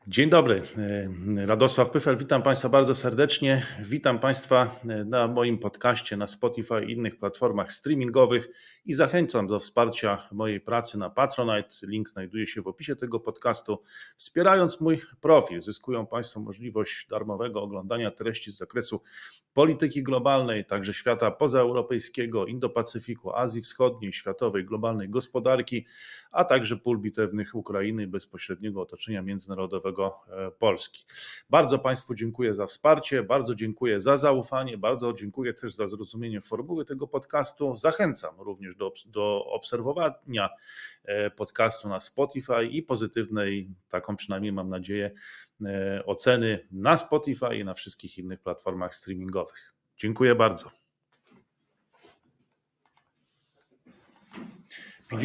Dzień dobry, Radosław Pyfel, witam Państwa bardzo serdecznie. Witam Państwa na moim podcaście na Spotify i innych platformach streamingowych i zachęcam do wsparcia mojej pracy na Patronite. Link znajduje się w opisie tego podcastu. Wspierając mój profil, zyskują Państwo możliwość darmowego oglądania treści z zakresu polityki globalnej, także świata pozaeuropejskiego, Indo-Pacyfiku, Azji Wschodniej, światowej, globalnej gospodarki, a także pól bitewnych Ukrainy i bezpośredniego otoczenia międzynarodowego Polski. Bardzo Państwu dziękuję za wsparcie, bardzo dziękuję za zaufanie, bardzo dziękuję też za zrozumienie formuły tego podcastu. Zachęcam również do obserwowania podcastu na Spotify i pozytywnej, taką przynajmniej mam nadzieję, oceny na Spotify i na wszystkich innych platformach streamingowych. Dziękuję bardzo.